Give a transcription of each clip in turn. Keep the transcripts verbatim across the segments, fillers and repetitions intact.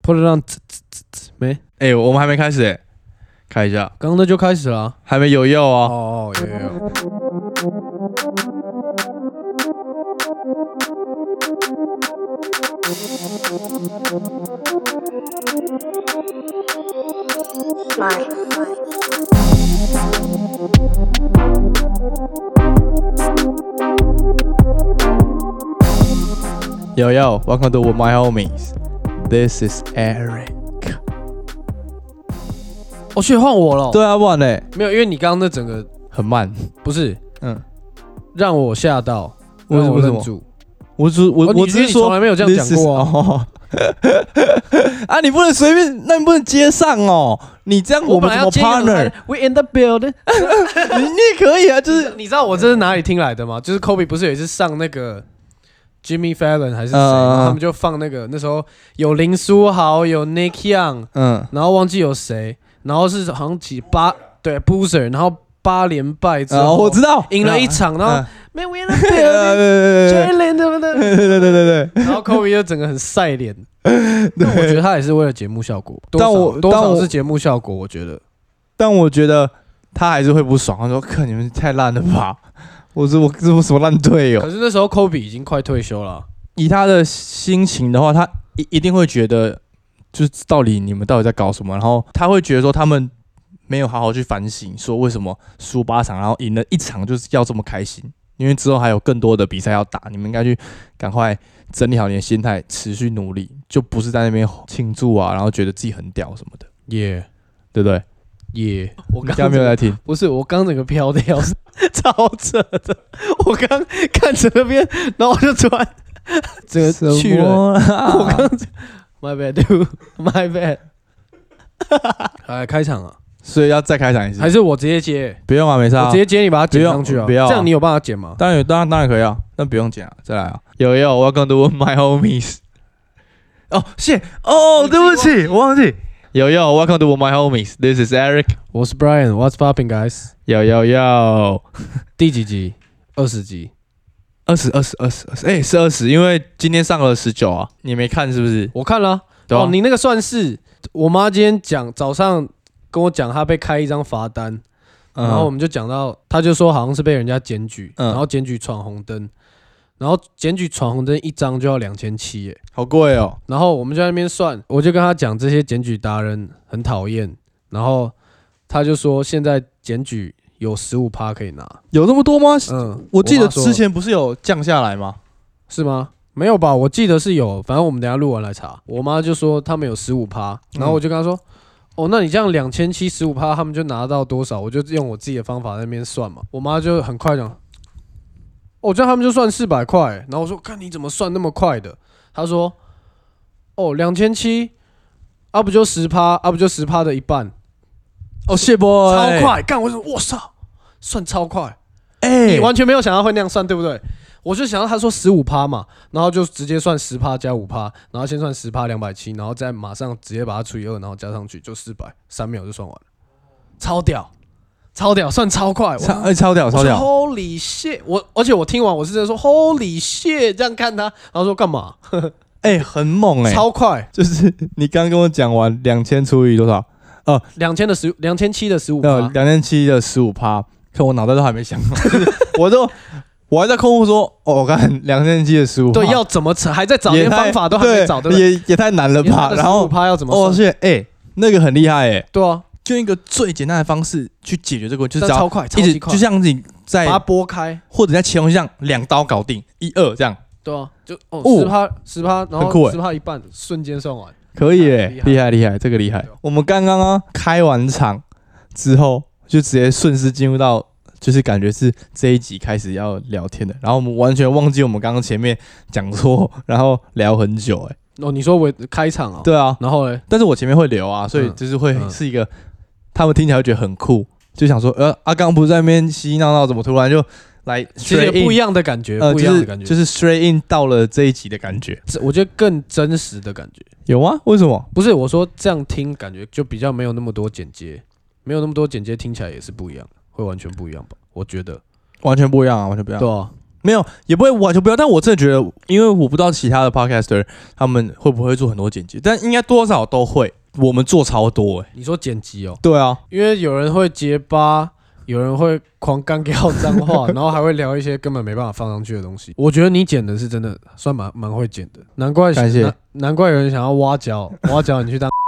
Put it on 没？ 哎、欸，我们还没开始哎、欸，开一下。 刚刚那就开始了、啊， 还没有用哦。 哦，有有有。 Yo yo, welcome to my homies. This is Eric. 哦，所以换我了。 对啊，不然呢？ 没有，因为你刚刚那整个很慢， 不是， 嗯， 让我吓到， 为什么？ 愣住。 我只我、哦、我只是说， 从来没有这样讲过啊。 哦、啊，你不能随便，那你不能接上哦。你这样我们怎么 partner？We in the building 你你也可以啊，就是你知道我这是哪里听来的吗？就是 Kobe 不是有一次上那个 Jimmy Fallon 还是谁、呃，然后他们就放那个那时候有林书豪，有 Nick Young， 嗯，然后忘记有谁，然后是好像几八对 Boozer， 然后八连败之后， 呃、我知道赢了一场，然后。 呃 Man, we in the building, Jalen 对不对？ 对对对对对。 然后 Kobe 就整个很晒脸，但我觉得他也是为了节目效果，多少多少是节目效果，我觉得。 但我觉得他还是会不爽，他说：“看你们太烂了吧！”我说：“我这我什么烂队友？” 可是那时候 Kobe 已经快退休了、啊， 以他的心情的话，他一一定会觉得，就是到底你们到底在搞什么？然后他会觉得说他们没有好好去反省，说为什么输八场，然后赢了一场就是要这么开心。因为之后还有更多的比赛要打，你们应该去赶快整理好你的心态，持续努力，就不是在那边庆祝啊，然后觉得自己很屌什么的， 耶、yeah ， 对不对？ 耶、yeah ，我刚刚没有在听， 不是我刚整个飘掉，超扯的。我刚看着那边，然后我就突然整个去了，我刚 my bad dude my bad， 来开场啊！ 所以要再开场一次， 还是我直接接？ 不用啊，没事、啊， 我直接接你把它剪上去啊， 不要， 这样你有办法剪吗？ 当然有，当然当然可以啊，但不用剪啊，再来啊。有有 ，Welcome to my homies。哦，谢哦，对不起，我忘记。有有 ，Welcome to my homies。This is Eric。 我是 Brian。What's popping, guys？ 有有有， 第几集？二十集？ 二十二十二十二十，哎，是二十，因为今天上了十九啊，你没看是不是？ 我看了、啊。 对啊、 哦，你那个算是我妈今天讲早上。跟我讲他被开一张罚单、嗯，然后我们就讲到，他就说好像是被人家检举、嗯，然后检举闯红灯，然后检举闯红灯一张就要两千七，耶， 好贵哦。 然后我们就在那边算，我就跟他讲这些检举达人很讨厌，然后他就说现在检举有 百分之十五 可以拿， 有这么多吗？ 嗯， 我记得之前不是有降下来吗？ 是吗？没有吧？我记得是有，反正我们等一下录完来查。我妈就说他们有 百分之十五， 然后我就跟他说。嗯哦，那你这样两千七十五趴，他们就拿到多少？我就用我自己的方法在那边算嘛。我妈就很快讲，哦，这样他们就算四百块。然后我说，看你怎么算那么快的？她说，哦，两千七，啊不就十趴，啊不就十趴的一半。 哦，谢波， 超快！干，我说，我操，算超快。哎、 欸， 你完全没有想到会那样算，对不对？我就想到他说 百分之十五 嘛，然后就直接算 百分之十 加 百分之五， 然后先算 百分之十 两百七十，然后再马上直接把它除以二，然后加上去就四百，三秒就算完了，超屌，超屌，算超快， 超、欸、超屌，超屌 ！Holy shit！ 我而且我听完我是真的说 Holy shit， 这样看他，然后说干嘛？ 哎、欸，很猛哎、欸， 超快！ 就是你刚跟我讲完两千除以多少？ 哦，两千的十，两千七的十五， 呃，两千七的十五趴，可我脑袋都还没想好，我都。我还在空户说，哦，我看两千七的十五， 对，要怎么扯，还在找，连方法都还没找，对不对？也也太难了吧？然后趴要怎么算？ 哦，是哎、欸，那个很厉害哎、欸， 对啊， 就一个最简单的方式去解决这个问题，就是超快，超级快， 就像你在把它拨开， 或者在切换上两刀搞定，一二这样， 对啊，就哦十趴十趴，然后十趴一半，瞬间算完， 可以哎、欸，厉害厉害，这个厉害。我们刚刚啊开完场之后，就直接顺势进入到。就是感觉是这一集开始要聊天的，然后我们完全忘记我们刚刚前面讲错，然后聊很久、欸，哎， 哦，你说我开场啊、哦？ 对啊， 然后嘞， 但是我前面会留啊，所以就是会是一个、嗯、他们听起来会觉得很酷，就想说，呃，阿刚不是在那边嘻嘻闹闹，怎么突然就来 straight in， 不一样的感觉， 呃， 不一样的感觉， 就是、就是 straight in 到了这一集的感觉， 我觉得更真实的感觉， 有吗？为什么？ 不是我说这样听感觉就比较没有那么多剪接，没有那么多剪接，听起来也是不一样的，会完全不一样吧？我觉得。 完全不一样啊，完全不一样。 对啊， 没有，也不会完全不要。但我真的觉得，因为我不知道其他的 podcaster 他们会不会做很多剪辑，但应该多少都会。我们做超多哎、欸。 你说剪辑哦？ 对啊， 因为有人会结巴，有人会狂干掉脏话，然后还会聊一些根本没办法放上去的东西。我觉得你剪的是真的算蛮蛮会剪的，难怪感谢难难怪有人想要挖角，挖角你去当。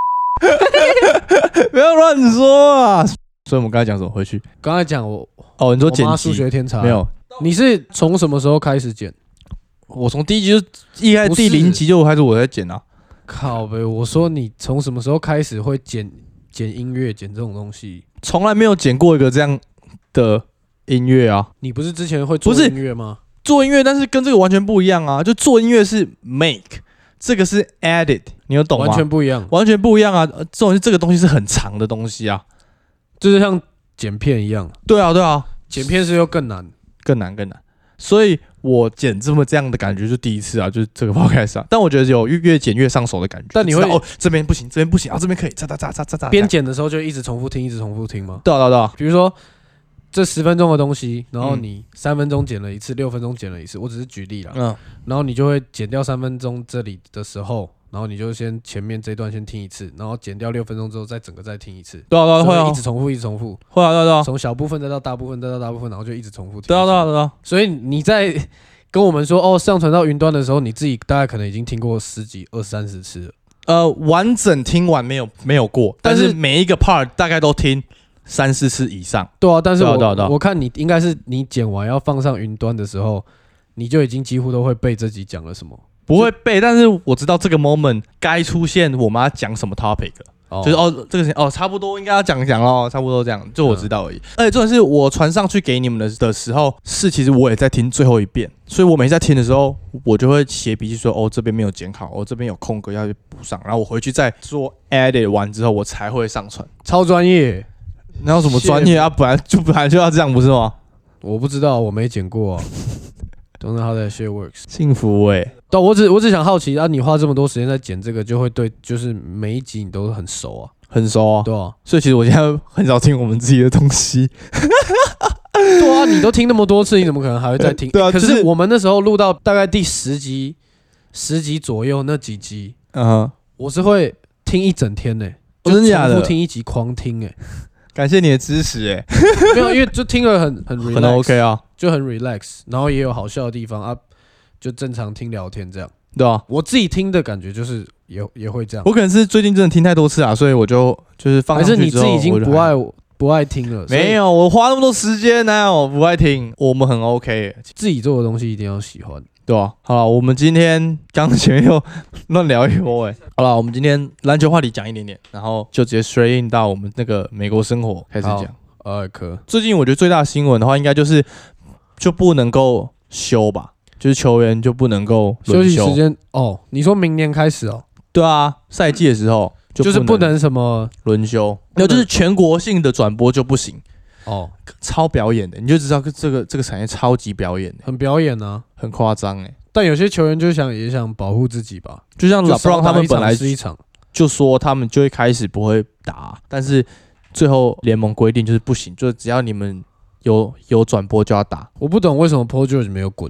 不要乱说啊！所以我们刚才讲什么？回去刚才讲我哦，你说剪辑我妈数学天才没有？ 你是从什么时候开始剪？ 我从第一集就一开始第零集就开始我在剪啊。 靠呗！我说你从什么时候开始会剪剪音乐、剪这种东西？ 从来没有剪过一个这样的音乐啊！ 你不是之前会做音乐吗？ 做音乐，但是跟这个完全不一样啊！就做音乐是 make， 这个是 edit， 你有懂吗？ 完全不一样， 完全不一样啊！这种这个东西是很长的东西啊， 就是像剪片一样。 对啊，对啊， 剪片是又更难， 更难，更难。所以我剪这么这样的感觉就第一次啊，就是这个 podcast 啊。但我觉得有越剪越上手的感觉。 但你会哦，这边不行，这边不行啊，这边可以，咋咋咋咋咋咋。 边剪的时候就一直重复听，一直重复听吗？ 对啊，对啊，对啊。 比如说这十分钟的东西，然后你三分钟剪了一次，六分钟剪了一次，我只是举例啦。嗯。然后你就会剪掉三分钟这里的时候，然后你就先前面这段先听一次，然后剪掉六分钟之后再整个再听一次。 对啊，对啊，会啊， 一直重复，一直重复。 会啊，对啊，对啊。 从小部分再到大部分，再到大部分，然后就一直重复听。 对啊，对啊，对啊。 所以你在跟我们说哦，上传到云端的时候，你自己大概可能已经听过十几、二三十次了。 呃，完整听完没有没有过，但是每一个 part 大概都听三四次以上。 对啊，但是我对啊对啊我看你应该是你剪完要放上云端的时候，你就已经几乎都会背这集讲了什么。 不会背，但是我知道这个 moment 该出现我们要讲什么 topic 了。哦、就是哦，这个哦，差不多应该要讲讲咯，差不多这样，就我知道而已。嗯、而且重点是我传上去给你们的的时候，是其实我也在听最后一遍，所以我每次在听的时候，我就会写笔记说，哦，这边没有剪好，哦，这边有空格要去补上，然后我回去再做 edit 完之后，我才会上传。 超专业， 哪有什么专业啊？本来就本来就要这样，不是吗？ 我不知道，我没剪过、啊。Don't know how that shit works。 幸福哎、欸！ 对，我只我只想好奇啊，你花这么多时间在剪这个，就会对，就是每一集你都很熟啊， 很熟啊， 对啊。 所以其实我现在很少听我们自己的东西。 对啊，你都听那么多次，你怎么可能还会再听？ 对啊， 可是我们那时候录到大概第十集、十集左右那几集，嗯哼，我是会听一整天呢、欸， 真的假的？ 重复听一集，狂听哎、欸。 感谢你的支持哎、欸， 没有，因为就听了很很 relax, 很 OK 啊， 就很 relax， 然后也有好笑的地方啊，就正常听聊天这样， 对啊， 我自己听的感觉就是也也会这样。 我可能是最近真的听太多次啊，所以我就就是放上去之后， 还是你自己已经不爱不爱听了？ 没有，我花那么多时间哪有不爱听？我们很 OK，、欸、 自己做的东西一定要喜欢。 对啊，好了，我们今天刚前面又乱聊一波哎，好了，我们今天篮球话题讲一点点，然后就直接 straight in 到我们那个美国生活开始讲。 呃，可最近我觉得最大的新闻的话，应该就是就不能够休吧，就是球员就不能够休息时间哦。你说明年开始哦？ 对啊，赛季的时候就就是不能什么轮休，没有就是全国性的转播就不行。哦，超表演的，你就知道这个这个产业超级表演的， 很表演啊， 很夸张哎。 但有些球员就想也想保护自己吧， 就像老布朗他们本来是一场， 就说他们就一开始不会打，但是最后联盟规定就是不行，就是只要你们有有转播就要打。 我不懂为什么 Paul George 没有滚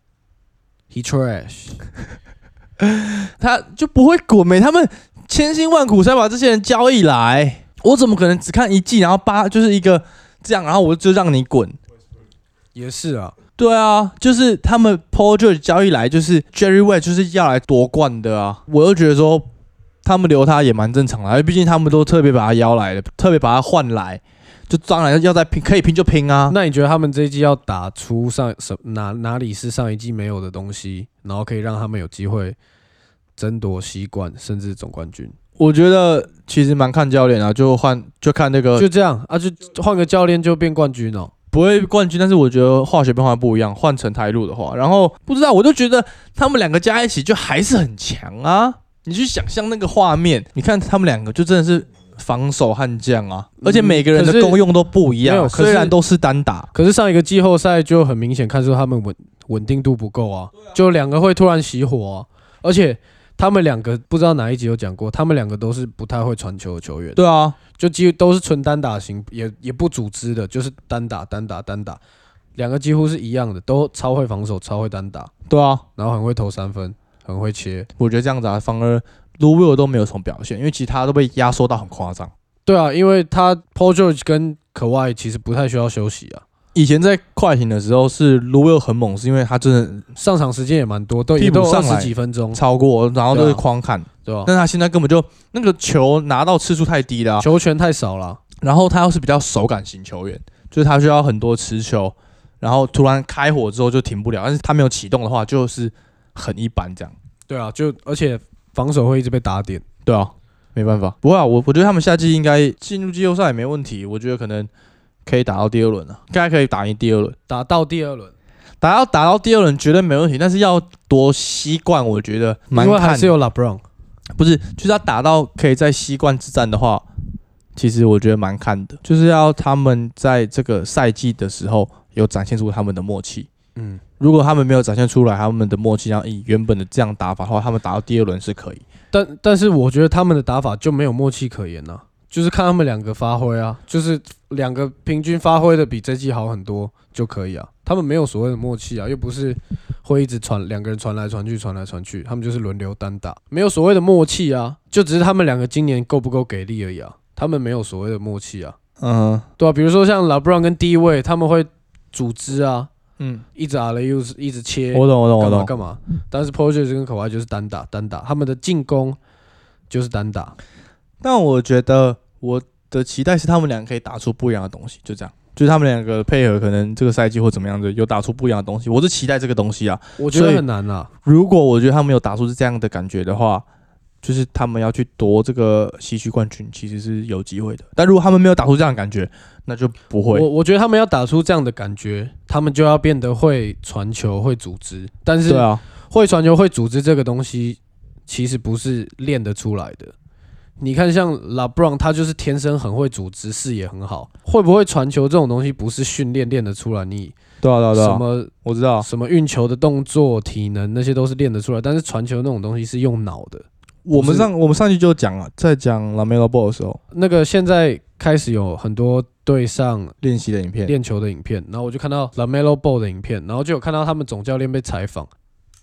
，He trash， 他就不会滚没、欸，他们千辛万苦才把这些人交易来，我怎么可能只看一季，然后八就是一个。这样，然后我就让你滚， 也是啊， 对啊，就是他们 Paul George 交易来，就是 Jerry West 就是要来夺冠的啊。我又觉得说，他们留他也蛮正常的，因为毕竟他们都特别把他邀来了，特别把他换来，就当然要再拼，可以拼就拼啊。 那你觉得他们这一季要打出上什哪哪里是上一季没有的东西，然后可以让他们有机会争夺西冠甚至总冠军？ 我觉得其实蛮看教练啊，就换就看那个， 就这样啊，就换个教练就变冠军哦。 不会冠军，但是我觉得化学变化不一样，换成台路的话，然后不知道，我就觉得他们两个加一起就还是很强啊。你去想象那个画面，你看他们两个就真的是防守悍将啊，而且每个人的功用都不一样，虽然都是单打， 可是上一个季后赛就很明显看出他们稳稳定度不够啊，就两个会突然熄火啊，而且。他们两个不知道哪一集有讲过，他们两个都是不太会传球的球员。 对啊， 就几乎都是纯单打型，也也不组织的，就是单打单打单打。 两个几乎是一样的，都超会防守，超会单打， 对啊， 然后很会投三分，很会切。 我觉得这样子啊，反而 Lou Will 都没有什么表现，因为其他都被压缩到很夸张。 对啊，因为他 Paul George 跟可外其实不太需要休息啊。 以前在快艇的时候是 Lou Will 很猛，是因为他真的上场时间也蛮多，都也都二十几分钟， 超过，然后都是狂砍， 对吧？ 但他现在根本就那个球拿到次数太低了、啊， 球权太少了。 然后他又是比较手感型球员，就是他需要很多持球，然后突然开火之后就停不了，但是他没有启动的话就是很一般这样。 对啊，就而且防守会一直被打点。 对啊，没办法。不过啊，我我觉得他们夏季应该进入季后赛也没问题，我觉得可能可以打到第二轮了，应该可以打赢第二轮， 打到第二轮， 打到打到第二轮绝对没问题，但是要多习惯，我觉得蛮看的。 因为还是有 LeBron， 不是，就是要打到可以在习惯之战的话。其实我觉得蛮看的，就是要他们在这个赛季的时候有展现出他们的默契。嗯，如果他们没有展现出来他们的默契，然后以原本的这样打法的话，他们打到第二轮是可以。 但但是我觉得他们的打法就没有默契可言啊，就是看他们两个发挥啊，就是两个平均发挥的比这季好很多就可以啊。他们没有所谓的默契啊，又不是会一直传两个人传来传去传来传去，他们就是轮流单打，没有所谓的默契啊，就只是他们两个今年够不够给力而已啊。他们没有所谓的默契啊，嗯，对啊，比如说像 LeBron 跟 D 位，他们会组织啊，嗯，一直 alley-oop 一直切， 我懂我懂我懂， 干嘛？但是 Paul George 跟可外就是单打单打，他们的进攻就是单打。 但我觉得我的期待是他们两个可以打出不一样的东西，就这样，就是他们两个配合，可能这个赛季或怎么样的有打出不一样的东西。我是期待这个东西啊， 我觉得很难啊。 如果我觉得他们有打出这样的感觉的话。就是他们要去夺这个西区冠军，其实是有机会的。但如果他们没有打出这样的感觉，那就不会。 我我觉得他们要打出这样的感觉，他们就要变得会传球、会组织。但是，对啊，会传球、会组织这个东西，其实不是练得出来的。你看，像 LeBron， 他就是天生很会组织，视野很好。会不会传球这种东西，不是训练练得出来？你对啊对啊对啊， 什么我知道， 什么运球的动作、体能那些都是练得出来，但是传球那种东西是用脑的。 我们上我们上期就讲了，在讲 LaMelo Ball 的时候， 那个现在开始有很多对上练习的影片、 练球的影片，然后我就看到 LaMelo Ball 的影片，然后就有看到他们总教练被采访，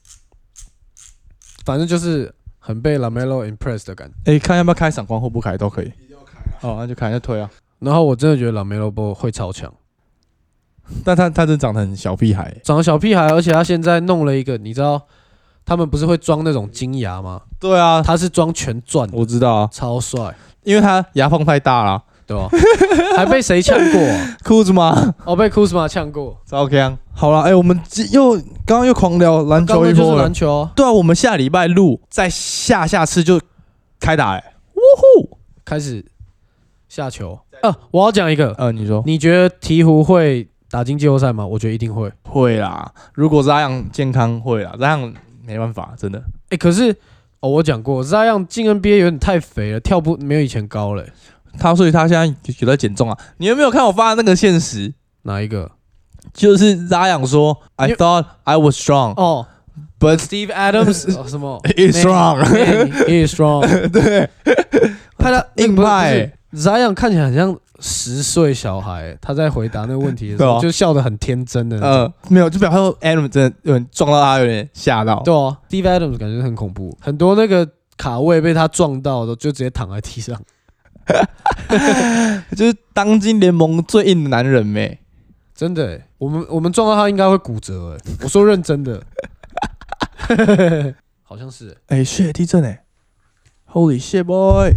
反正就是很被 LaMelo impress 的感觉。 哎、欸，看要不要开闪光或不开都可以。哦，那就开，那推啊。 然后我真的觉得 LaMelo Ball 会超强， 但他他真的长得很小屁孩， 长得小屁孩，而且他现在弄了一个，你知道。他们不是会装那种金牙吗？ 对啊， 他是装全钻， 我知道啊， 超帅， 因为他牙缝太大了， 对吧？还被谁呛过、啊？ 库兹马， 哦，被库兹马呛过， 超强。好了，哎、欸，我们又刚刚又狂聊篮球一波了， 篮球、啊。 对啊，我们下礼拜录，在下下次就开打、欸，哎，呜呼， 开始下球。啊，我要讲一个， 呃，你说， 你觉得鹈鹕会打进季后赛吗？我觉得一定会， 会啦。如果这样健康会啦，这样。没办法，真的。哎、 欸，可是哦，我讲过，Zion进 N B A 有点太肥了，跳不没有以前高了、欸。 他所以他现在有在减重啊。你有没有看我发的那个现实？ 哪一个？ 就是 Zion 说 ，I thought I was strong， 哦 ，but Steve Adams、哦、什么 is strong， is strong， 对， 拍他硬派。 Zion 看起来很像十岁小孩，他在回答那个问题的时候，啊、就笑得很天真的那种。呃， 没有，就表示 Adams 真的有点撞到他，有点吓到。 对啊 ，Steve Adams 感觉很恐怖，很多那个卡位被他撞到的，就直接躺在地上。 就是当今联盟最硬的男人咩？ 真的、欸，我们我们撞到他应该会骨折哎、欸，我说认真的。好像是哎、欸，血地震哎 ，Holy shit boy！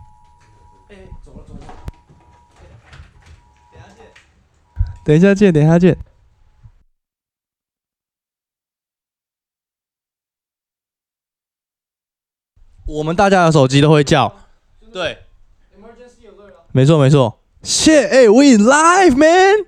等一下见，等一下见。我们大家的手机都会叫，对，没错没错。Shit， 哎、欸、，We in live man。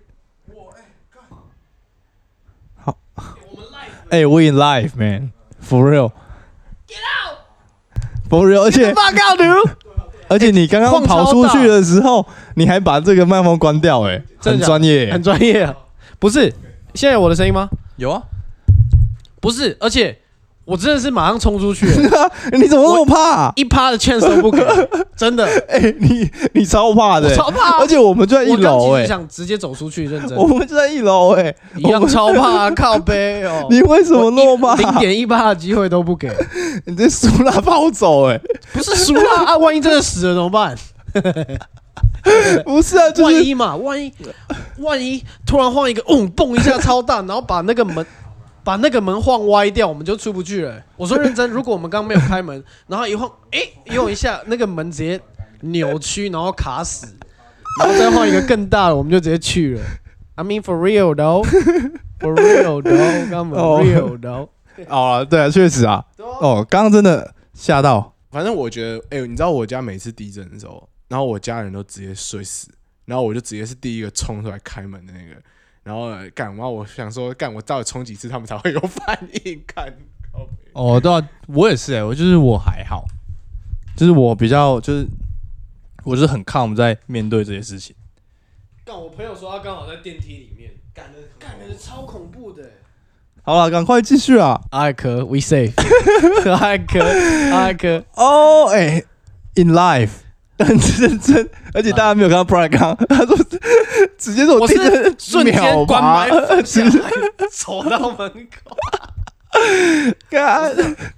好，哎、欸、，We in live man，for real。Get out！For real， 而且 ，fuck out dude！ 而且你刚刚跑出去的时候，你还把这个麦克风关掉、欸，哎，很专业、欸， 很专业啊！不是，现在有我的声音吗？ 有啊， 不是，而且我真的是马上冲出去， 你怎么那么怕、啊？ 一趴的 chance 都不给，真的。 哎、欸，你你超怕的、欸， 我超怕， 而且我们就在一楼哎、欸， 想直接走出去认真。 我们就在一楼哎、欸， 一样超怕、啊，靠背哦。 你为什么那么怕？ 零点一趴的机会都不给， 你这苏拉跑走哎、欸， 不是苏拉啊，万一真的死了怎么办？ 不是啊，就是、 万一嘛，万一万一突然晃一个，嗯，蹦一下超大，然后把那个门。把那个门晃歪掉，我们就出不去了、欸。我说认真，如果我们刚没有开门，然后一晃，哎、欸，用一下，那个门直接扭曲，然后卡死，然后再换一个更大的，我们就直接去了。I mean for real though, for real though, come on, real though。 好啊，对啊，确实啊。哦，刚刚真的吓到。 反正我觉得，哎、欸，你知道我家每次地震的时候，然后我家人都直接睡死，然后我就直接是第一个冲出来开门的那个。然后干，然后我想说，干我到底冲几次他们才会有反应？干， 哦，对啊，我也是哎、欸，我就是我还好，就是我比较就是我就是很calm在面对这些事情。 干，我朋友说他刚好在电梯里面，干的干的超恐怖的、欸。 好了，赶快继续啊！ 艾克 ，we safe。艾克，艾克。 哦，哎 ，in life。很认真，而且大家没有看到 Brian 刚，他说直接说我是瞬间关麦放下来，走到门口， 干，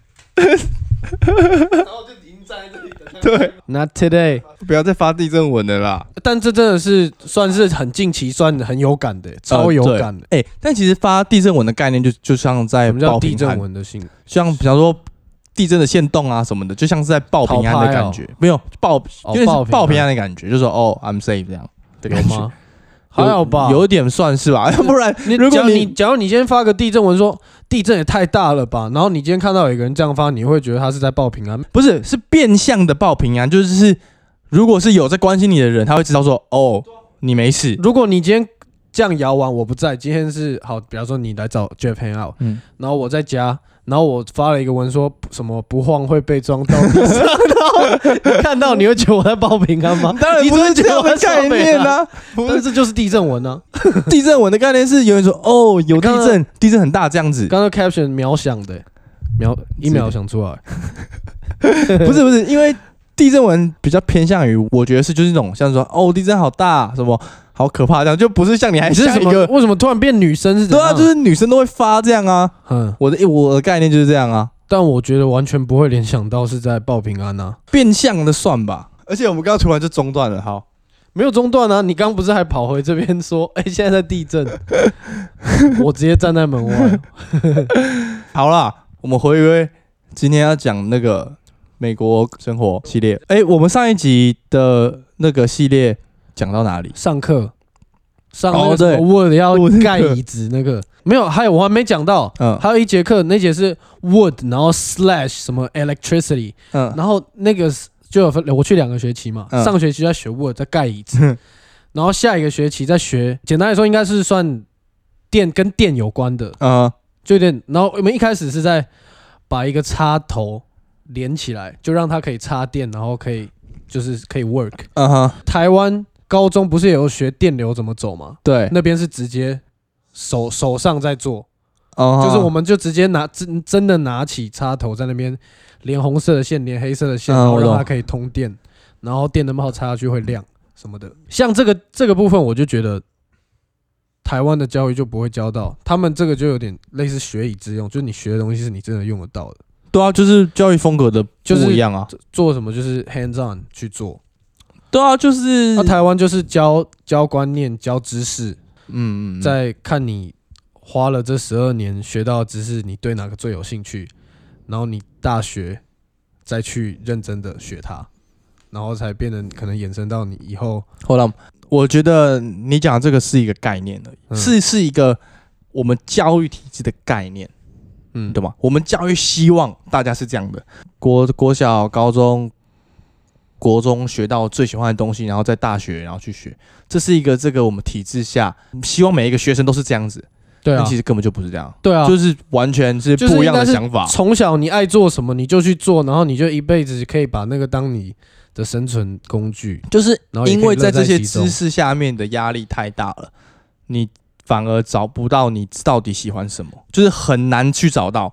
然后就已经站在这里等。 对 ，Not today， 不要再发地震文了啦。 但这真的是算是很近期算很有感的，超有感的。 哎、呃欸，但其实发地震文的概念就就像在报平安， 地震文的信， 像比方说。地震的限动啊什么的，就像是在报平安的感觉，哦、没有报，因为是报平安的感觉，就是说哦 ，I'm safe 这样的感觉， 还好吧， 有点算是吧，要不然你如果你假如你今天发个地震文说地震也太大了吧，然后你今天看到有一个人这样发，你会觉得他是在报平安？ 不是，是变相的报平安，就是如果是有在关心你的人，他会知道说哦，你没事。 如果你今天这样摇完我不在，今天是好，比方说你来找 Jeff hang out，嗯，然后我在家。然后我发了一个文说什么不晃会被撞到地上，然后你看到你会觉得我在报平安吗？ 当然不是这样的概念啊， 但是这就是地震文啊。 地震文的概念是有人说哦有地震，地震很大这样子。 刚刚 caption 秒想的，秒一秒想出来。 不是不是，因为地震文比较偏向于，我觉得是就是那种像说哦地震好大什么。好可怕，这样就不是像你还像一个为什么突然变女生是怎样？ 对啊，就是女生都会发这样啊。嗯，我的我的概念就是这样啊。 但我觉得完全不会联想到是在报平安啊， 变相的算吧。而且我们刚刚突然就中断了，好， 没有中断啊。你刚刚不是还跑回这边说，哎、欸，现在在地震，我直接站在门外。 好啦，我们回归今天要讲那个美国生活系列。哎、欸，我们上一集的那个系列。讲到哪里？ 上课，上那个什么 Word 要盖椅子那个没有，还有我还没讲到，嗯，还有一节课，那节是 Wood， 然后 slash 什么 electricity， 嗯，然后那个就有分，我去两个学期嘛，嗯、上学期在学 Word， 在盖椅子，嗯、然后下一个学期在学，简单来说应该是算电跟电有关的，嗯，就有点，然后我们一开始是在把一个插头连起来，就让它可以插电，然后可以就是可以 work， 嗯哼，台湾。高中不是也有学电流怎么走吗？ 对， 那边是直接手手上在做， uh-huh. 就是我们就直接拿真真的拿起插头在那边连红色的线，连黑色的线， uh-huh. 然后让它可以通电，然后电灯泡插下去会亮什么的。像这个这个部分，我就觉得台湾的教育就不会教到，他们这个就有点类似学以致用，就是你学的东西是你真的用得到的。 对啊，就是教育风格的不一样啊， 就是做什么就是 hands on 去做。 对啊，就是那、啊、台湾就是教教观念、教知识，嗯嗯，再看你花了这十二年学到的知识，你对哪个最有兴趣，然后你大学再去认真的学它，然后才变得可能衍生到你以后。 后来，我觉得你讲这个是一个概念而已，嗯、是是一个我们教育体制的概念，嗯，对吗？我们教育希望大家是这样的，国国小、高中。国中学到最喜欢的东西，然后在大学然后去学，这是一个这个我们体制下希望每一个学生都是这样子。 对啊， 但其实根本就不是这样。 对啊， 就是完全是不一样的想法。 从小你爱做什么你就去做，然后你就一辈子可以把那个当你的生存工具。 就是因为在这些知识下面的压力太大了，你反而找不到你到底喜欢什么，就是很难去找到。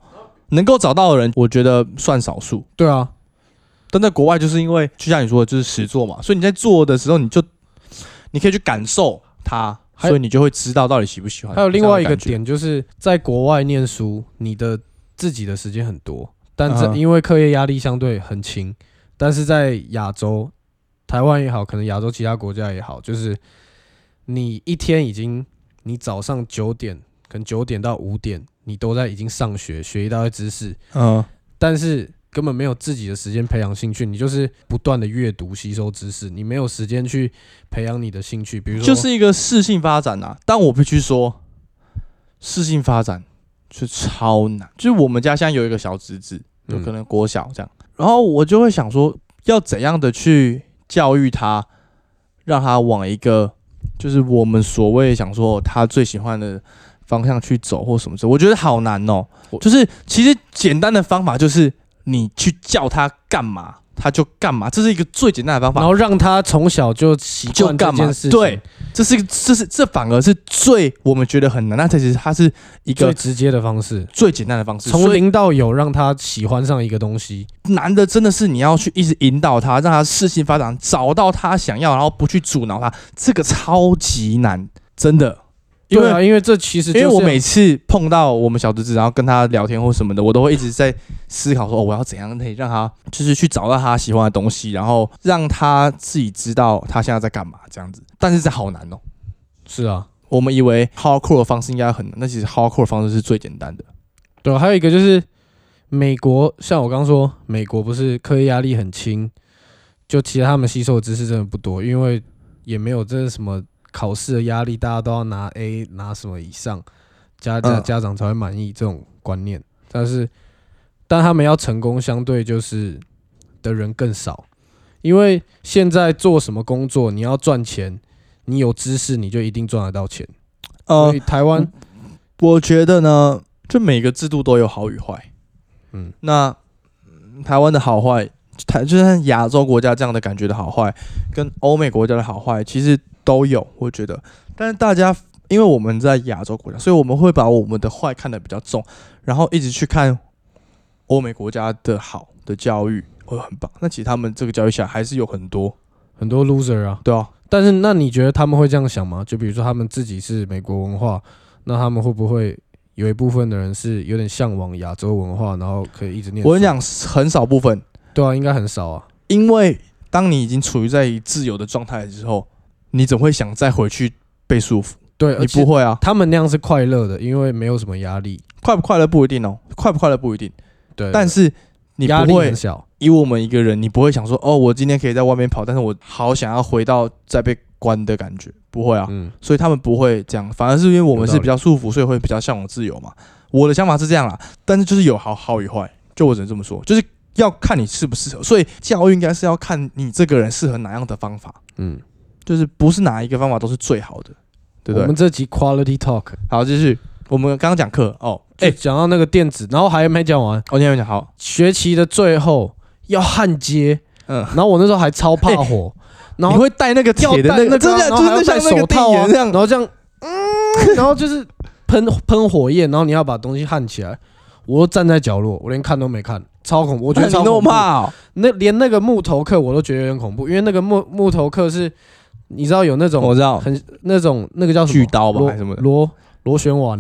能够找到的人，我觉得算少数。 对啊， 但在国外，就是因为就像你说的，就是实做嘛，所以你在做的时候，你就你可以去感受它，所以你就会知道到底喜不喜欢。 还有另外一个点，就是在国外念书，你的自己的时间很多，但这因为课业压力相对很轻，但是在亚洲，台湾也好，可能亚洲其他国家也好，就是你一天已经，你早上九点，可能九点到五点，你都在已经上学，学一大堆知识，嗯，但是根本没有自己的时间培养兴趣，你就是不断的阅读吸收知识，你没有时间去培养你的兴趣，比如说就是一个适性发展啊。但我必须说，适性发展是超难。就是我们家现在有一个小侄子，有可能国小这样，嗯、然后我就会想说，要怎样的去教育他，让他往一个就是我们所谓想说他最喜欢的方向去走或什么之类，我觉得好难哦。就是其实简单的方法就是你去叫他干嘛，他就干嘛，这是一个最简单的方法。 然后让他从小就习惯这件事情。 对，这是这是这反而是最我们觉得很难，但其实它是一个最直接的方式， 最简单的方式， 从零到有让他喜欢上一个东西。 难的真的是你要去一直引导他，让他适性发展，找到他想要，然后不去阻挠他，这个超级难，真的。 因为啊，因为这其实、就是、 因为我每次碰到我们小侄子，然后跟他聊天或什么的，我都会一直在思考说，哦，我要怎样可以让他就是去找到他喜欢的东西，然后让他自己知道他现在在干嘛这样子。但是这好难哦。 是啊， 我们以为 hardcore 的方式应该很难，那其实 hardcore 的方式是最简单的。 对、啊，还有一个就是美国，像我刚说，美国不是课业压力很轻，就其实他们吸收的知识真的不多，因为也没有真的什么考试的压力，大家都要拿 A 拿什么以上，家家家长才会满意这种观念。但是，但他们要成功，相对就是的人更少，因为现在做什么工作，你要赚钱，你有知识，你就一定赚得到钱。呃，所以台湾， 我觉得呢，就每个制度都有好与坏。嗯，那台湾的好坏，台就像亚洲国家这样的感觉的好坏，跟欧美国家的好坏，其实都有，我觉得。但是大家因为我们在亚洲国家，所以我们会把我们的坏看得比较重，然后一直去看欧美国家的好的教育，会很棒。那其实他们这个教育下还是有很多很多 loser 啊， 对啊。 但是那你觉得他们会这样想吗？就比如说他们自己是美国文化，那他们会不会有一部分的人是有点向往亚洲文化，然后可以一直念书？ 我跟你讲，很少部分。 对啊，应该很少啊。 因为当你已经处于在自由的状态之后，你总会想再回去被束缚。 对， 你不会啊。 他们那样是快乐的，因为没有什么压力。 快不快乐不一定哦，快不快乐不一定。 对， 但是你不会压力很小。 以我们一个人，你不会想说，哦，我今天可以在外面跑，但是我好想要回到再被关的感觉，不会啊。嗯，所以他们不会这样，反而是因为我们是比较束缚，所以会比较向往自由嘛。我的想法是这样啦，但是就是有好好与坏，就我只能这么说，就是要看你适不适合。所以教育应该是要看你这个人适合哪样的方法，嗯，就是不是哪一个方法都是最好的，对不对？ 我们这集 quality talk， 好，继续。我们刚刚讲课哦， 哎，讲到那个电子，然后还没讲完。 哦，你还没讲好。 学期的最后要焊接，嗯，然后我那时候还超怕火，然后你会戴那个铁的那个，真的就是那像手套啊， 这样， 然后这样，嗯，然后就是喷喷火焰，然后你要把东西焊起来。我站在角落，我连看都没看，超恐怖。我觉得超恐怖。 你那么怕哦？ 那连那个木头课我都觉得有点恐怖，因为那个木木头课是，你知道有那种我知道很那种那个叫什么锯刀吧，还是什么的螺螺旋丸，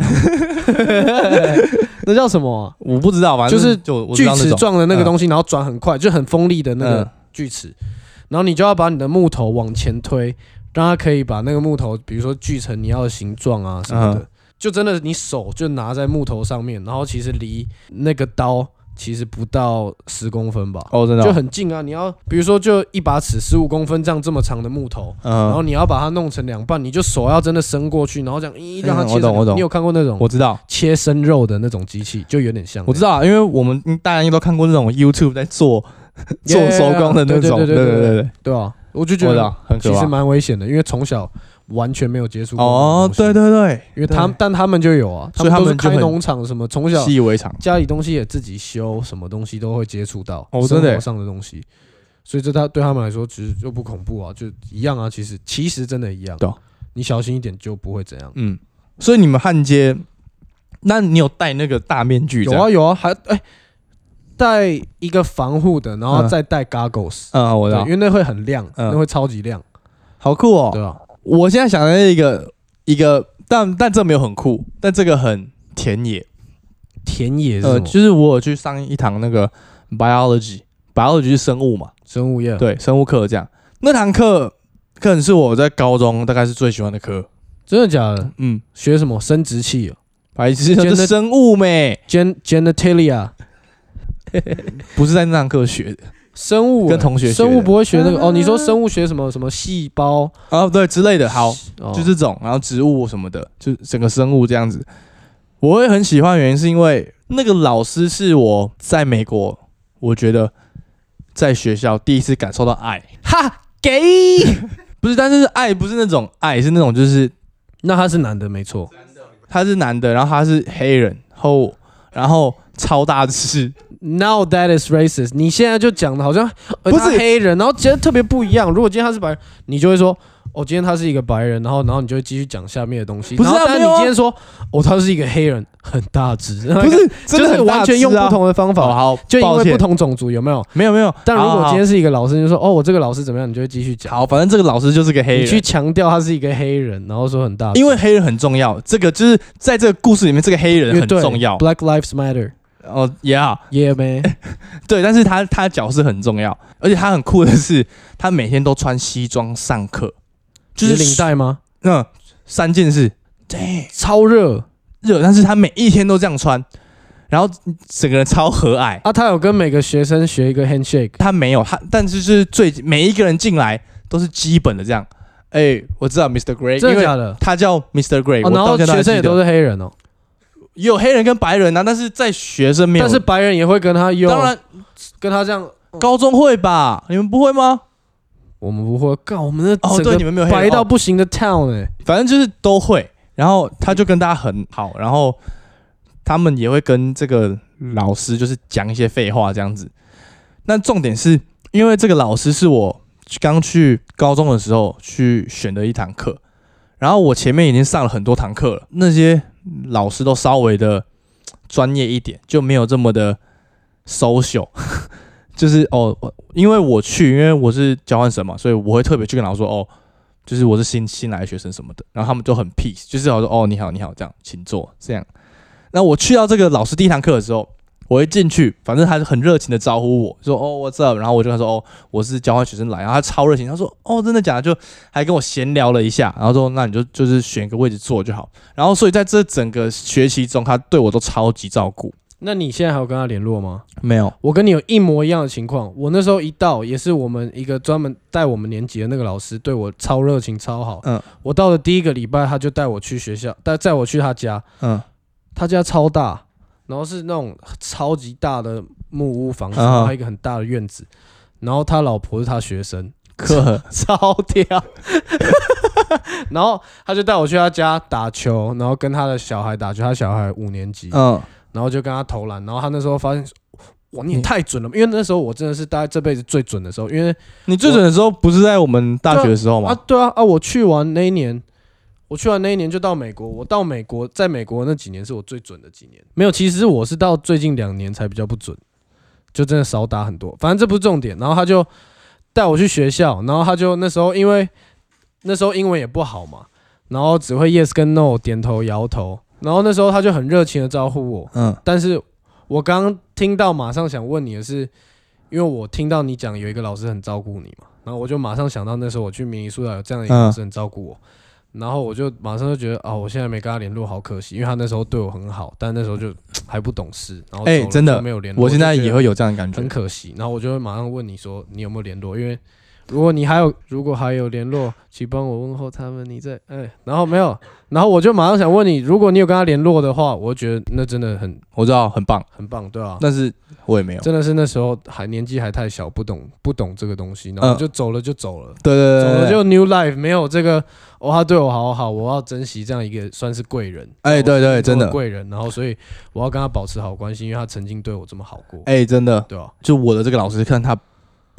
那叫什么、啊？ 我不知道，反正就是锯齿状的那个东西， 嗯、 然后转很快，就很锋利的那个锯齿，然后你就要把你的木头往前推，让它可以把那个木头，比如说锯成你要的形状啊什么的。嗯，就真的你手就拿在木头上面，然后其实离那个刀其实不到十公分吧， 哦，真的、哦、 就很近啊。你要比如说就一把尺十五公分这样这么长的木头，嗯、然后你要把它弄成两半，你就手要真的伸过去，然后这样咦让它切成、嗯。我懂我懂。你有看过那种？ 我知道切生肉的那种机器，就有点像。 我知道，因为我们大家应该都看过那种 YouTube 在做做手工的那种，对对对对对对啊，我就觉得其实蛮危险的，因为从小完全没有接触过哦，对对对， 因为他们但他们就有啊， 所以他们都是开农场什么，从小习以为常， 家里东西也自己修，什么东西都会接触到， 哦，真的生活上的东西，所以这他对他们来说其实就不恐怖啊，就一样啊，其实其实真的一样， 对， 你小心一点就不会怎样， 嗯，所以你们焊接那你有戴那个大面具？ 有啊有啊，还哎戴一个防护的，然后再戴 goggles。 嗯，我知道， 因为那会很亮， 嗯、 那会超级亮， 好酷哦。 对啊， 我现在想的一个一个，但但这没有很酷，但这个很田野。 田野是什么？ 呃，就是我有去上一堂那个 biology，biology 是生物嘛， 生物业， 对，生物课这样。那堂课可能是我在高中大概是最喜欢的课。 真的假的？ 嗯， 学什么生殖器啊？ 白痴，就是生物咩 ？Gen genitalia， 不是在那堂课学的。 生物、欸、 跟同学学的， 生物不会学那个哦。你说生物学什么什么细胞啊？对之类的，好， 哦、 就这种，然后植物什么的，就整个生物这样子。我会很喜欢的原因是因为那个老师是我在美国，我觉得在学校第一次感受到爱。 哈，给不是，但是爱不是那种爱，是那种就是那他是男的没错， 他是男的，然后他是黑人，后然后超大只。 Now that is racist。你现在就讲的好像不是黑人，然后觉得特别不一样。如果今天他是白人，你就会说哦，今天他是一个白人，然后然后你就会继续讲下面的东西。 不是啊， 但你今天说哦，他是一个黑人，很大只， 不是， 就是完全用不同的方法。 哦、好， 就因为不同种族有没有？ 没有没有。 但如果今天是一个老师，你就说哦，我这个老师怎么样，你就会继续讲。 好，反正这个老师就是个黑人， 你去强调他是一个黑人，然后说很大只， 因为黑人很重要。这个就是在这个故事里面，这个黑人很重要。 Black Lives Matter。 哦 ，Yeah， Yeah man， 对，但是他他的角色很重要，而且他很酷的是，他每天都穿西装上课， 就是领带吗？ 嗯，三件事，对， 超热热，但是他每一天都这样穿，然后整个人超和蔼啊。他有跟每个学生学一个 handshake， 他没有，他但是就是最每一个人进来都是基本的这样。哎、欸，我知道 mister Gray， 真的假的？ 他叫 mister Gray，、 哦、然后学生也都是黑人哦。 也有黑人跟白人啊，但是在学生没有。 但是白人也会跟他用， 当然跟他这样。 高中会吧？你们不会吗？ 我们不会，干我们的哦，对，你们没有黑人白到不行的 town 哎、欸， 反正就是都会。然后他就跟大家很好，然后他们也会跟这个老师就是讲一些废话这样子。那重点是因为这个老师是我刚去高中的时候去选的一堂课，然后我前面已经上了很多堂课了，那些老师都稍微的专业一点，就没有这么的 social， 就是哦，因为我去，因为我是交换生嘛，所以我会特别去跟老师说哦，就是我是新新来的学生什么的，然后他们就很 peace， 就是我说哦你好你好这样，请坐这样。那我去到这个老师第一堂课的时候，我一进去，反正他是很热情的招呼我，说哦 what's up， 然后我就跟他说哦我是交换学生来，然后他超热情，他说哦真的假的，就还跟我闲聊了一下，然后说那你就就是选个位置坐就好，然后所以在这整个学期中，他对我都超级照顾。 那你现在还有跟他联络吗？ 没有， 我跟你有一模一样的情况。我那时候一到，也是我们一个专门带我们年级的那个老师，对我超热情超好。嗯，我到了第一个礼拜，他就带我去学校，带载我去他家。嗯，他家超大。然后是那种超级大的木屋房子，然后还有一个很大的院子，然后他老婆是他学生， 可超屌。然后他就带我去他家打球，然后跟他的小孩打球，他小孩五年级，嗯，然后就跟他投篮，然后他那时候发现，哇，你也太准了，因为那时候我真的是大概这辈子最准的时候，因为你最准的时候不是在我们大学的时候吗？ 啊，对啊，啊，我去完那一年。我去完那一年就到美国，我到美国，在美国那几年是我最准的几年。没有，其实我是到最近两年才比较不准，就真的少打很多。反正这不是重点。然后他就带我去学校，然后他就那时候因为那时候英文也不好嘛，然后只会 yes 跟 no 点头摇头。然后那时候他就很热情的招呼我，嗯，但是我刚刚听到马上想问你的是，因为我听到你讲有一个老师很照顾你嘛，然后我就马上想到那时候我去明尼苏达有这样的一个老师很照顾我。嗯，然后我就马上就觉得啊、哦，我现在没跟他联络，好可惜，因为他那时候对我很好，但那时候就还不懂事，然后哎、欸， 真的没有联络。 我现在也会有这样的感觉， 很可惜。然后我就会马上问你说你有没有联络，因为如果你还有如果还有联络，请帮我问候他们。你在哎、欸，然后没有，然后我就马上想问你，如果你有跟他联络的话，我觉得那真的很， 我知道很棒， 很棒，对啊。 但是我也没有， 真的是那时候还年纪还太小，不懂不懂这个东西，然后就走了就走了， 嗯、对对对, 对, 对，走了就 new life， 没有这个哦，他对我好好，我要珍惜这样一个算是贵人， 哎、欸，对对，真的贵人，然后所以我要跟他保持好关系，因为他曾经对我这么好过， 哎、欸，真的， 对啊， 就我的这个老师看他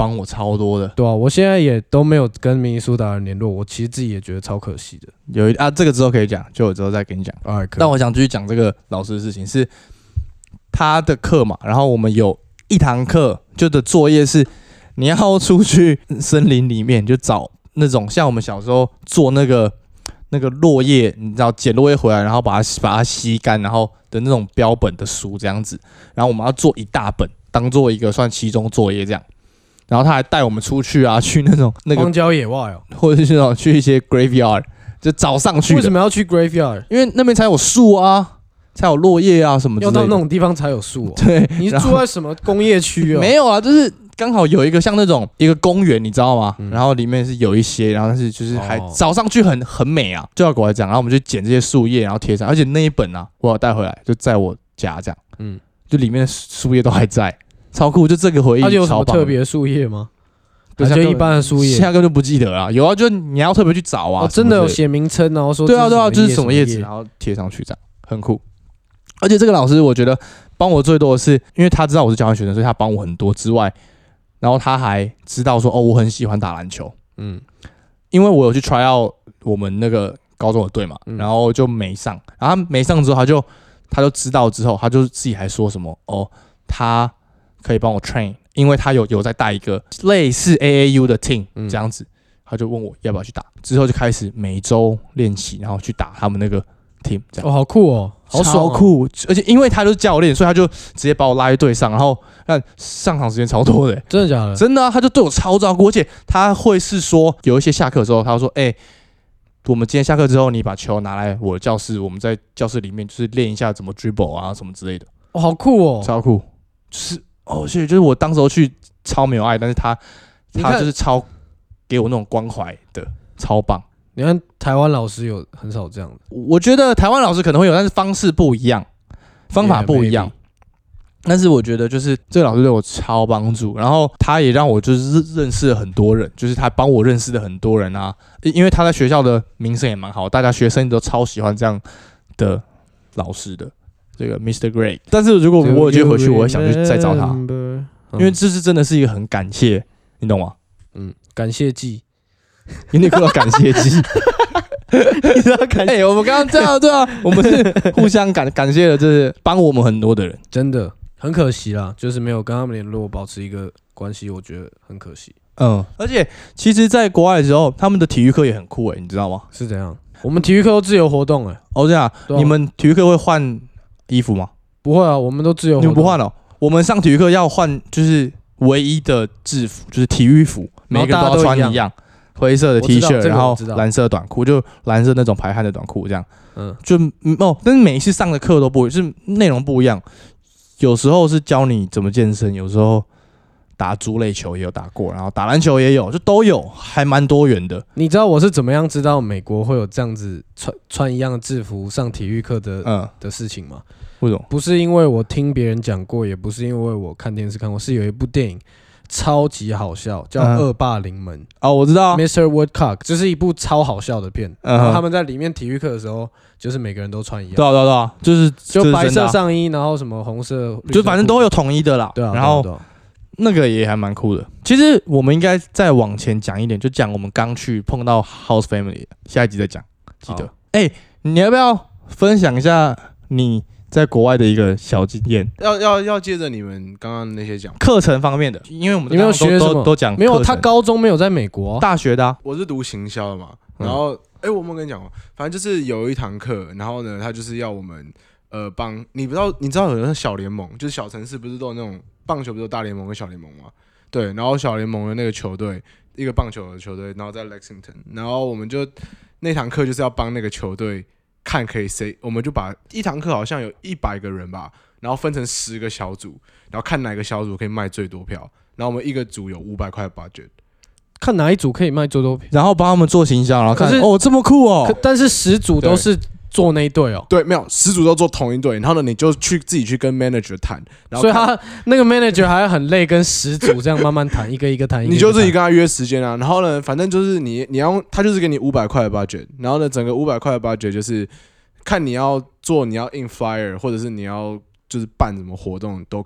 帮我超多的。 对啊，我现在也都没有跟明尼苏达人联络，我其实自己也觉得超可惜的。 有一啊，这个之后可以讲，就我之后再跟你讲。 啊， 但我想继续讲这个老师的事情，是他的课嘛，然后我们有一堂课就的作业是你要出去森林里面就找那种像我们小时候做那个那个落叶，你知道捡落叶回来，然后把它把它吸干，然后的那种标本的书这样子，然后我们要做一大本，当做一个算期中作业这样。然后他还带我们出去啊，去那种那个荒郊野外哦， 或者是那种去一些 graveyard， 就早上去的。 为什么要去 graveyard？ 因为那边才有树啊，才有落叶啊什么之类的。 要到那种地方才有树哦。 对， 你是住在什么工业区哦？ 没有啊，就是刚好有一个像那种一个公园，你知道吗？ 嗯、 然后里面是有一些，然后但是就是还、 哦、 早上去很很美啊，就要过来这样，然后我们就捡这些树叶，然后贴上，而且那一本啊，我有带回来，就在我家这样，嗯，就里面的树叶都还在，超酷，就这个回忆超棒。 它有什么特别的树叶吗？就一般的树叶， 现在根本就不记得了。有啊，就你要特别去找啊。 哦，真的有写名称，然后说对啊对啊，就是什么叶子，然后贴上去这样，很酷。而且这个老师我觉得帮我最多的是，因为他知道我是交换学生，所以他帮我很多之外，然后他还知道说哦，我很喜欢打篮球，嗯，因为我有去 try out 我们那个高中的队嘛，嗯、然后就没上，然后他没上之后，他就他就知道之后，他就自己还说什么哦，他可以帮我 train。因为他有有在带一个类似 A A U 的 team 这样子，嗯、他就问我要不要去打，之后就开始每周练习，然后去打他们那个 team 这样。 哦，好酷哦，好爽、哦， 超酷！而且因为他就是教练，所以他就直接把我拉去队上，然后看上场时间超多的、欸， 真的假的？ 真的啊，他就对我超照顾，而且他会是说有一些下课的时候，他会说，哎、欸，我们今天下课之后，你把球拿来我的教室，我们在教室里面就是练一下怎么 dribble 啊什么之类的。 哦，好酷哦， 超酷，就是。哦，所以就是我当时候去超没有爱，但是他他就是超给我那种关怀的，超棒。 你看台湾老师有很少这样的， 我觉得台湾老师可能会有，但是方式不一样，方法不一样。Yeah, 但是我觉得就是这个老师对我超帮助，然后他也让我就是认识了很多人，就是他帮我认识了很多人啊，因为他在学校的名声也蛮好，大家学生都超喜欢这样的老师的。这个 mister Gray， 但是如果我有机会回去，我会想去再找他，因为这是真的是一个很感谢，你懂吗？ 嗯，感谢祭， 有点叫感谢祭，你知道感谢？哎、欸，我们刚刚这样对啊，我们是互相感感谢了，就是帮我们很多的人， 真的很可惜啦，就是没有跟他们联络，保持一个关系，我觉得很可惜。 嗯，而且其实，在国外的时候，他们的体育课也很酷哎、欸，你知道吗？ 是怎样？我们体育课都自由活动哎、欸， 哦这样、啊，你们体育课会换衣服吗？ 不会啊，我们都自由活动。 你们不换哦？我们上体育课要换，就是唯一的制服，就是体育服，每个人都要穿一样，灰色的 T 恤，然后蓝色短裤，就蓝色那种排汗的短裤这样。嗯，就哦，但是每一次上的课都不，就是内容不一样。有时候是教你怎么健身，有时候打足垒球也有打过，然后打篮球也有，就都有，还蛮多元的。 你知道我是怎么样知道美国会有这样子穿穿一样的制服上体育课的、嗯、的事情吗？ 为什么？ 不是因为我听别人讲过，也不是因为我看电视看过，是有一部电影超级好笑，叫《恶霸临门》。 哦，我知道 ，mister Woodcock， 这是一部超好笑的片。嗯、然后他们在里面体育课的时候，就是每个人都穿一样。 对啊，对啊，对啊，就是就白色上衣，然后什么红色， 就反正都会有统一的啦。 对啊， 然后对啊对啊那个也还蛮酷的。其实我们应该再往前讲一点，就讲我们刚去碰到 House Family， 下一集再讲，记得。哎、欸，你要不要分享一下你在国外的一个小经验？ 要要要接着你们刚刚那些讲课程方面的，因为我们你没有学什么都都讲没有，他高中没有在美国、啊， 大学的、啊， 我是读行销的嘛。然后，哎、嗯欸，我们跟你讲过，反正就是有一堂课，然后呢，他就是要我们呃帮你不知道，你知道有那小联盟，就是小城市不是都有那种棒球，不是有大联盟跟小联盟吗？对，然后小联盟的那个球队，一个棒球的球队，然后在 Lexington， 然后我们就那堂课就是要帮那个球队看可以谁，我们就把一堂课好像有一百个人吧，然后分成十个小组，然后看哪个小组可以卖最多票，然后我们一个组有五百块 budget。 看哪一组可以卖最多票， 然后帮他们做行销，然后看哦这么酷哦。 但是十组都是做那一队哦。 对，没有十组都做同一队，然后呢你就去自己去跟 manager 谈，然后所以他那个 manager 还很累，跟十组这样慢慢谈，一个一个谈。 你就自己跟他约时间啊，然后呢，反正就是你你要他就是给你五百块的 budget， 然后呢整个五百块的 budget 就是看你要做你要印 flyer， 或者是你要就是办什么活动都可。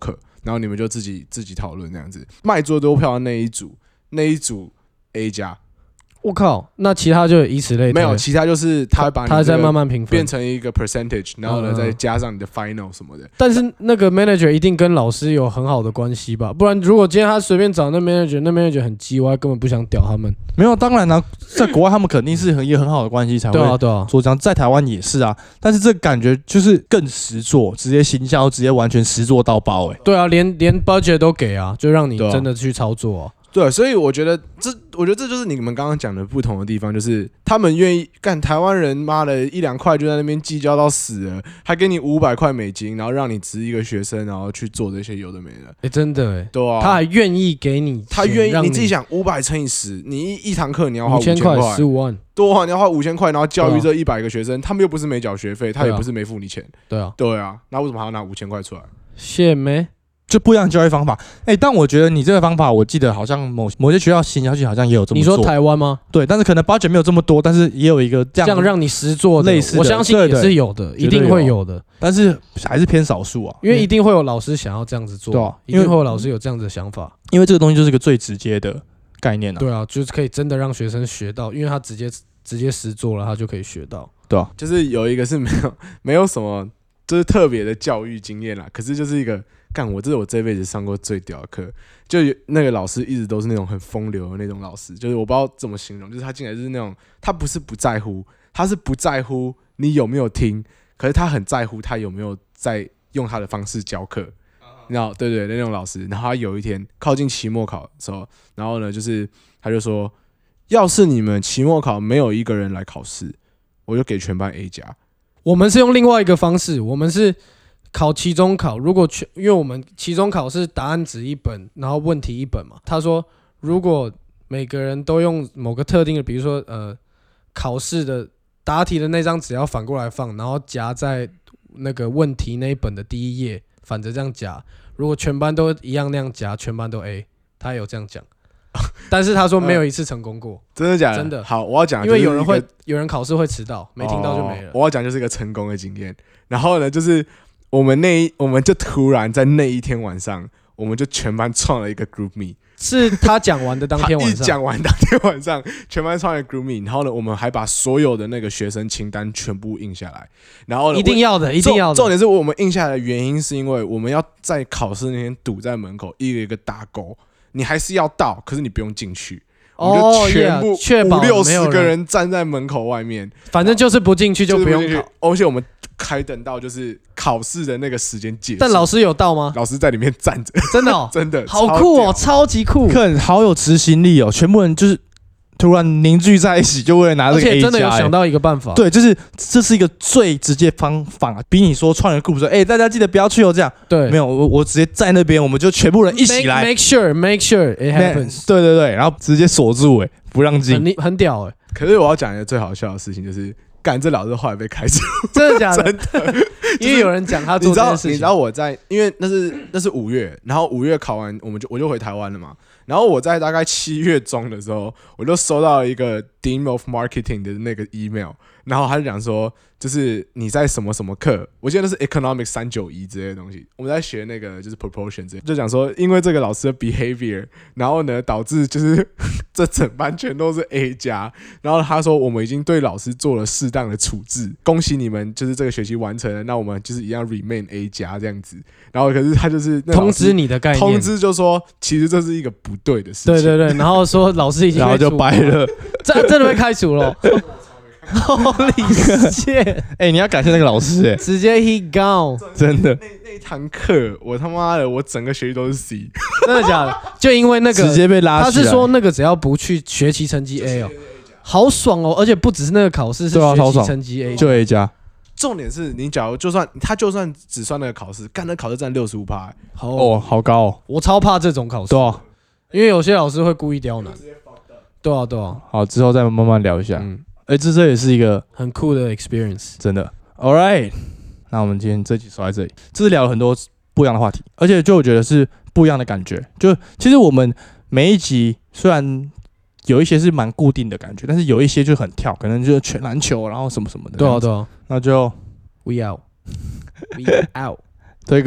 然后你们就自己自己讨论这样子。卖最多票的那一组，那一组 A 加。 我靠，那其他就以此类推。 没有，其他就是他会把你他在慢慢评分， 变成一个 percentage， 然后呢、嗯、再加上你的 final 什么的。 但是那个 manager 一定跟老师有很好的关系吧？不然如果今天他随便找那 manager， 那 manager 很鸡歪，根本不想屌他们。 没有，当然啦、啊，在国外他们肯定是很也很好的关系才会做这样，在台湾也是啊。但是这感觉就是更实做，直接行销，直接完全实做到爆哎、欸。 对啊，连连 budget 都给啊，就让你真的去操作啊。 对，所以我觉得这，我觉得这就是你们刚刚讲的不同的地方，就是他们愿意干台湾人，妈的一两块就在那边计较到死了，还给你五百块美金，然后让你值一个学生，然后去做这些有的没的。 哎、欸，真的哎， 对啊， 他还愿意给你， 他愿意，你自己想，五百乘以十，你一一堂课你要花五千块， 十五万， 多啊，你要花五千块，然后教育这一百个学生，他们又不是没缴学费，他也不是没付你钱， 对啊， 对啊，那为什么还要拿五千块出来？ 谢没？ 就不一样的教育方法，哎、欸，但我觉得你这个方法，我记得好像某某些学校行销系好像也有这么做。 你说台湾吗？ 对，但是可能 budget 没有这么多，但是也有一个这样这样让你实做的类似的， 我相信也是有的，一定会有的， 但是还是偏少数啊。 因为一定会有老师想要这样子做，对啊，一定会有老师有这样子的想法， 因为这个东西就是一个最直接的概念啊。 对啊，就是可以真的让学生学到，因为他直接直接实做了，他就可以学到。 对啊， 就是有一个是没有没有什么就是特别的教育经验啦，可是就是一个。干，我这是我这辈子上过最屌的课，就那个老师一直都是那种很风流的那种老师，就是我不知道怎么形容，就是他进来就是那种，他不是不在乎，他是不在乎你有没有听，可是他很在乎他有没有在用他的方式教课，你知道，对对，那种老师。然后他有一天靠近期末考的时候，然后呢，就是他就说，要是你们期末考没有一个人来考试，我就给全班 A 加。 我们是用另外一个方式，我们是。考期中考，如果全，因为我们期中考是答案纸一本，然后问题一本嘛。他说，如果每个人都用某个特定的，比如说呃，考试的答题的那张纸要反过来放，然后夹在那个问题那一本的第一页，反着这样夹。如果全班都一样那样夹，全班都 A。他有这样讲，但是他说没有一次成功过。 真的假的？ 真的。 好，我要讲， 因为有人会，有人考试会迟到，没听到就没了。 哦、我要讲就是一个成功的经验。然后呢，就是。我们那一，我们就突然在那一天晚上，我们就全班创了一个 group me， 是他讲完的当天晚上， 他一讲完当天晚上，全班创了一个 group me， 然后呢，我们还把所有的那个学生清单全部印下来，然后呢， 一定要的，一定要的。 重点是我们印下来的原因是因为我们要在考试那天堵在门口，一个一个打勾，你还是要到，可是你不用进去。我们就全部五六十个人站在门口外面， 反正就是不进去就不用考， 而且我们开等到就是考试的那个时间结束。 但老师有到吗？ 老师在里面站着， 真的哦， 真的好酷哦，超级酷， 很好有执行力哦，全部人就是突然凝聚在一起，就为了拿这个 A 加、欸。 而且真的有想到一个办法， 对，就是这是一个最直接方法，比你说创人 group 说，哎、欸，大家记得不要去哦，这样。 对， 没有，我我直接在那边，我们就全部人一起来 ，make, make sure make sure it happens。 对对对，然后直接锁住、欸，哎，不让进， 很很屌哎、欸。 可是我要讲一个最好笑的事情，就是干这老师后来被开除， 真的假的？ 真的， 因为有人讲他做这件事情。 你知道我在，因为那是那是五月，然后五月考完，我们就我就回台湾了嘛。然后我在大概七月中的时候，我就收到了一个 Dean of Marketing 的那个 email， 然后他就讲说，就是你在什么什么课，我记得那是 Economics 三九一之类的东西，我们在学那个就是 Proportion 之类的，就讲说，因为这个老师的 behavior， 然后呢导致就是这整班全都是 A 加，然后他说我们已经对老师做了适当的处置，恭喜你们就是这个学期完成了，那我们就是一样 remain A 加这样子。然后可是他就是通知你的概念， 通知就说其实这是一个不对的事情。 对对对，然后说老师已经然后就掰了， 真真的被开除了。Holy shit！ 哎，你要感谢那个老师哎、欸， 直接 he gone， 真的。 那那一堂课，我他妈的，我整个学期都是 C， 真的假的？就因为那个直接被拉起来。 他是说那个只要不去学期成绩 A 哦，好爽哦！而且不只是那个考试，是学期成绩 A， 就 A 加。 重点是你假如就算他就算只算那个考试，干那考试占六十五趴， 好哦，好高哦！ 我超怕这种考试， 对啊， 因为有些老师会故意刁难。对啊，对啊。 好，之后再慢慢聊一下。嗯，哎，这这也是一个很酷的 experience， 真的。All right， 那我们今天这集说在这里，这是聊了很多不一样的话题，而且就我觉得是不一样的感觉。就其实我们每一集虽然有一些是蛮固定的感觉，但是有一些就很跳，可能就是全篮球，然后什么什么的。 对啊，对啊。 那就 we out，we out， 推歌啊。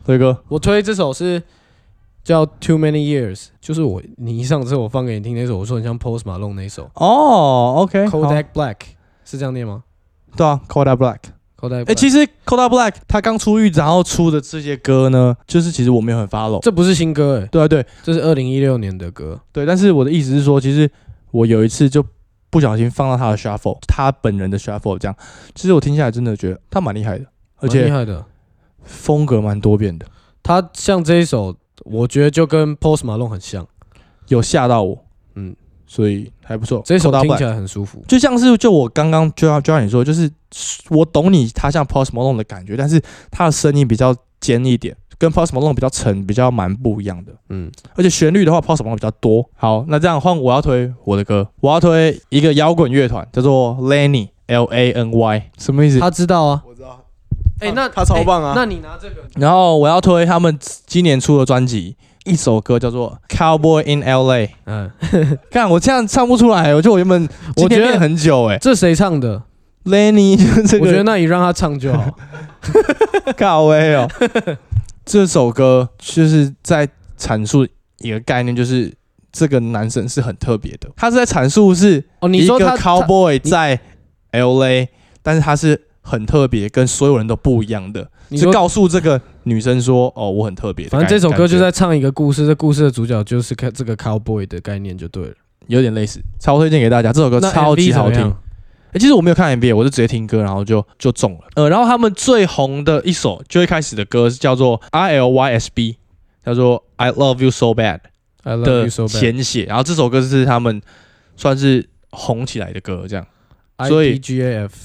辉哥， 我推这首是叫 Too Many Years， 就是我你上次我放给你听那首，我说很像 Post Malone 那首。 哦 ，OK， Kodak Black 是这样念吗？ 对啊 ，Kodak Black。 哎、 欸，其实 Kodak Black 他刚出狱，然后出的这些歌呢，就是其实我没有很 follow。 这不是新歌哎， 对啊对， 这是二零一六年的歌。 对，但是我的意思是说，其实我有一次就不小心放到他的 shuffle， 他本人的 shuffle 这样，其实我听下来真的觉得他蛮厉害的，而且蛮厉害的， 风格蛮多变的。 他像这一首，我觉得就跟 Post Malone 很像， 有吓到我， 嗯， 所以还不错。 这一首 Kodak 听 Black 起来很舒服。 就像是就我刚刚就要就像你说，就是我懂你，他像 Post Malone 的感觉，但是他的声音比较尖一点，跟 Post Malone 比较沉，比较蛮不一样的。 嗯， 而且旋律的话 ，Post Malone 比较多。好，那这样换我要推我的歌，我要推一个摇滚乐团，叫做 Lany L A N Y， 什么意思？ 他知道啊。 我知道。 哎、欸，那他超棒啊、 欸！那你拿这个， 然后我要推他们今年出的专辑，一首歌叫做《Cowboy in L A》。 嗯， 看我这样唱不出来，我就我原本今天练很久哎、欸。 这谁唱的 ？Lany， 这个我觉得那你让他唱就好。 靠威哦，这首歌就是在阐述一个概念，就是这个男生是很特别的。他是在阐述是哦，你一个说他 cowboy 在 L A， 但是他是很特别，跟所有人都不一样的，是告诉这个女生说：“哦，我很特别。” 反正这首歌就在唱一个故事，这故事的主角就是这个 cowboy 的概念就对了， 有点类似，超推荐给大家。这首歌超级好听。欸、其实我没有看 M V， 我是直接听歌，然后就就中了。呃，然后他们最红的一首最一开始的歌是叫做 I L Y S B， 叫做 I Love You So Bad 的简写。然后这首歌是他们算是红起来的歌，这样。所以 I D G A F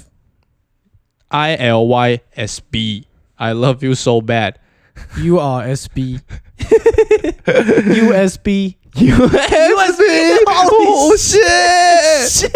I L Y S B I Love You So Bad U R S B U S B U S B Oh shit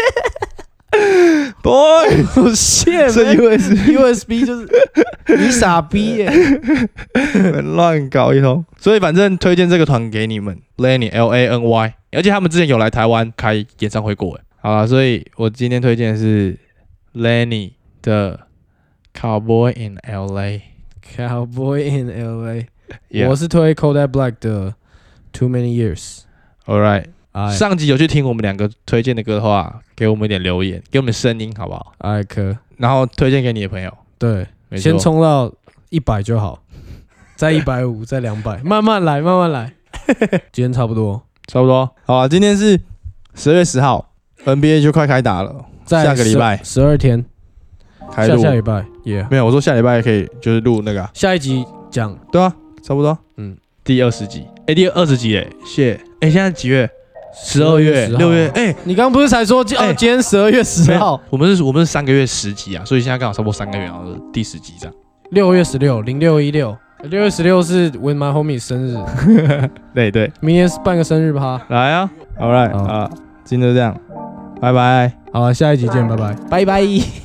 Boy Oh shit 这 U S B U S B 就是你傻逼耶乱搞一通。所以反正推荐这个团给你们 Lany L A N Y， 而且他们之前有来台湾开演唱会过。好啦，所以我今天推荐的是 Lany 的 Cowboy in L A Cowboy in L A、yeah. 我是推 Kodak Black 的 Too Many Years。 Alright， 上集有去听我们两个推荐的歌的话，给我们一点留言，给我们声音好不好？ 哎可， 然后推荐给你的朋友。 对，先冲到一百就好，再一百五，再两百，慢慢来，慢慢来。今天差不多， 差不多。好啊，今天是十月十号 ，N B A 就快开打了，下个礼拜十二天。 开录下下礼拜，耶、yeah ， 没有，我说下礼拜可以就是录那个、啊、 下一集讲， 对啊，差不多， 嗯， 第二十集，哎、欸，第二十集，哎，谢，哎，现在几月？十二月、六月，哎、欸， 你刚刚不是才说，哦，今天十二月十号， 我们是，我们是三个月十集啊，所以现在刚好差不多三个月，然后第十集这样。 六月十六，零六一六，六月十六是 With My Homie 生日， 对对， 明天是办个生日趴， 来啊 ，All right 啊，今天就这样，拜拜， 好，下一集见，拜拜，拜拜。